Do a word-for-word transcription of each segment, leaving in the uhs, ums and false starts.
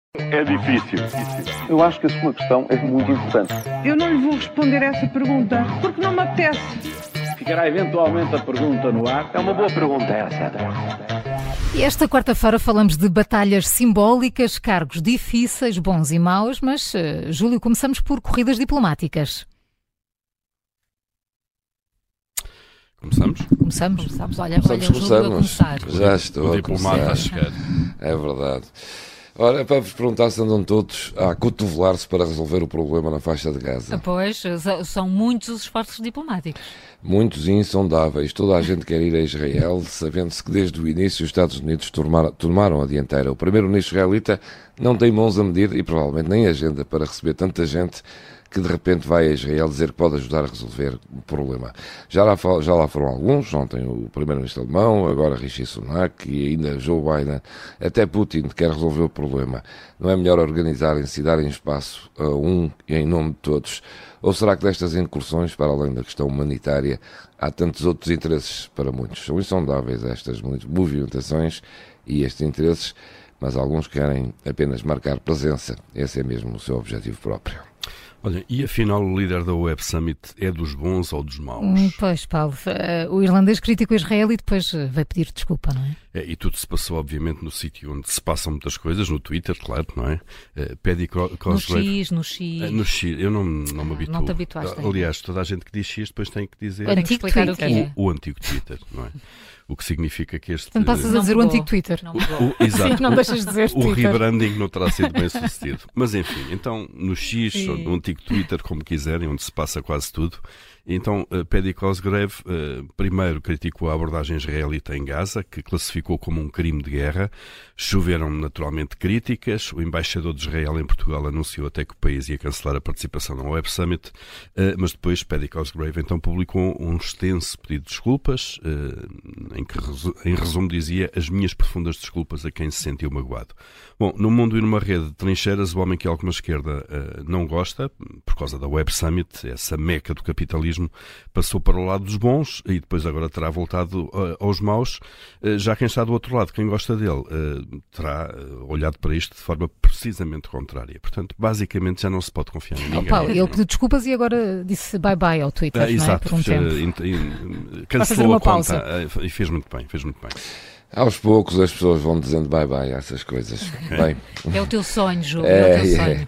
É difícil. Eu acho que a sua questão é muito importante. Eu não lhe vou responder essa pergunta, porque não me apetece. Ficará eventualmente a pergunta no ar. É uma boa pergunta essa. E esta quarta-feira falamos de batalhas simbólicas, cargos difíceis, bons e maus, mas, uh, Júlio, começamos por corridas diplomáticas. Começamos? Começamos, começamos. Olha, Começamos, olha o Júlio a começar. Já estou o a diplomata começar. a chegar. É verdade. Ora, é para vos perguntar se andam todos a cotovelar-se para resolver o problema na faixa de Gaza. Pois, são muitos os esforços diplomáticos. Muitos e insondáveis. Toda a gente quer ir a Israel, sabendo-se que desde o início os Estados Unidos tomaram, tomaram a dianteira. O primeiro-ministro israelita não tem mãos a medir e provavelmente nem agenda para receber tanta gente que de repente vai a Israel dizer que pode ajudar a resolver o problema. Já lá, já lá foram alguns, ontem o primeiro-ministro alemão, agora Rishi Sunak e ainda Joe Biden, até Putin quer resolver o problema. Não é melhor organizarem-se e darem espaço a um e em nome de todos? Ou será que destas incursões, para além da questão humanitária, há tantos outros interesses para muitos? São insondáveis estas movimentações e estes interesses, mas alguns querem apenas marcar presença. Esse é mesmo o seu objetivo próprio. Olha, e afinal o líder da Web Summit é dos bons ou dos maus? Hum, pois, Paulo, uh, o irlandês critica o Israel e depois uh, vai pedir desculpa, não é? É, e tudo se passou, obviamente, no sítio onde se passam muitas coisas, no Twitter, claro, não é? Uh, Paddy Cosgrave... No X, no X... Uh, no X, eu não, não me habituo. Não te habituaste. Uh, aliás, toda a gente que diz X depois tem que dizer... Tem que explicar o que é. O, o antigo Twitter, não é? O que significa que este... Não passas a dizer o antigo Twitter. Não o, o, exato. Sim, não deixas de dizer o, o Twitter. rebranding não terá sido bem sucedido. Mas enfim, então no X, Sim. ou no antigo Twitter, como quiserem, onde se passa quase tudo, então uh, Paddy Cosgrave uh, primeiro criticou a abordagem israelita em Gaza, que classificou como um crime de guerra. Choveram naturalmente críticas. O embaixador de Israel em Portugal anunciou até que o país ia cancelar a participação na Web Summit, uh, mas depois Paddy Cosgrave então publicou um extenso pedido de desculpas, uh, em que em resumo dizia: as minhas profundas desculpas a quem se sentiu magoado. Bom, no mundo e numa rede de trincheiras, o homem que alguma esquerda uh, não gosta, por causa da Web Summit, essa meca do capitalismo, passou para o lado dos bons e depois agora terá voltado uh, aos maus. Uh, já quem está do outro lado, quem gosta dele, uh, terá uh, olhado para isto de forma precisamente contrária. Portanto, basicamente já não se pode confiar em ninguém. Oh, Paulo, ele pediu desculpas e agora disse bye-bye ao Twitter, uh, não é? Exato, Por um tempo. Uh, cancelou a conta uh, e fez muito bem, fez muito bem. Aos poucos as pessoas vão dizendo bye-bye a essas coisas. Bem, é o teu sonho, Júlio, é, é o teu sonho.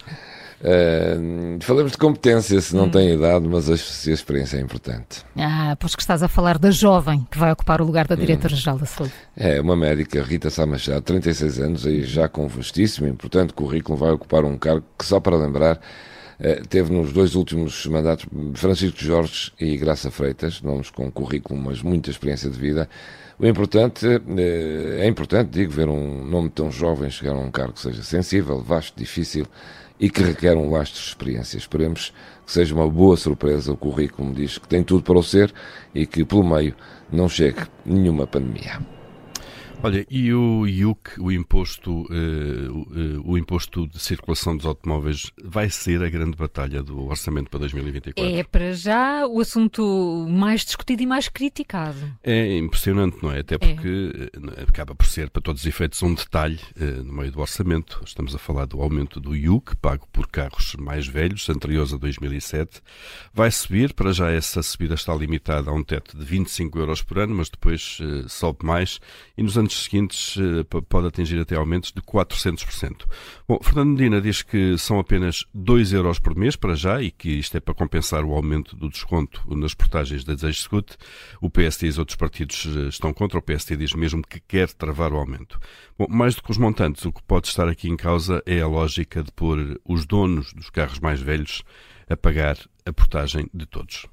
É. Uh, falamos de competência, se não hum. tem idade, mas a, a experiência é importante. Ah, pois que estás a falar da jovem que vai ocupar o lugar da Diretora-Geral hum. da Saúde. É, uma médica, Rita Sá Machado, trinta e seis anos, e já com vastíssimo e importante currículo, vai ocupar um cargo que, só para lembrar, uh, teve nos dois últimos mandatos Francisco Jorge e Graça Freitas, nomes com currículo, mas muita experiência de vida. O importante, é importante, digo, ver um nome tão jovem chegar a um cargo que seja sensível, vasto, difícil e que requer um lastro de experiência. Esperemos que seja uma boa surpresa. O currículo me diz que tem tudo para o ser e que, pelo meio, não chegue nenhuma pandemia. Olha, e o I U C, o imposto, uh, uh, o imposto de circulação dos automóveis, vai ser a grande batalha do orçamento para dois mil e vinte e quatro? É, para já, o assunto mais discutido e mais criticado. É impressionante, não é? Até porque é. acaba por ser, para todos os efeitos, um detalhe uh, no meio do orçamento. Estamos a falar do aumento do I U C, pago por carros mais velhos, anteriores a dois mil e sete. Vai subir, para já essa subida está limitada a um teto de vinte e cinco euros por ano, mas depois uh, sobe mais e nos anos seguintes uh, pode atingir até aumentos de quatrocentos por cento. Bom, Fernando Medina diz que são apenas dois euros por mês para já e que isto é para compensar o aumento do desconto nas portagens da Desejo-Scoot. O P S D e os outros partidos estão contra. O P S D diz mesmo que quer travar o aumento. Bom, mais do que os montantes, o que pode estar aqui em causa é a lógica de pôr os donos dos carros mais velhos a pagar a portagem de todos.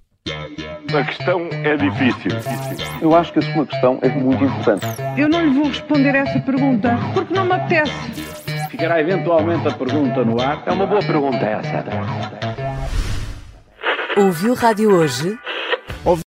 A questão é difícil. Eu acho que a sua questão é muito importante. Eu não lhe vou responder essa pergunta, porque não me apetece. Ficará eventualmente a pergunta no ar. É uma boa pergunta essa. Ouviu Rádio Hoje?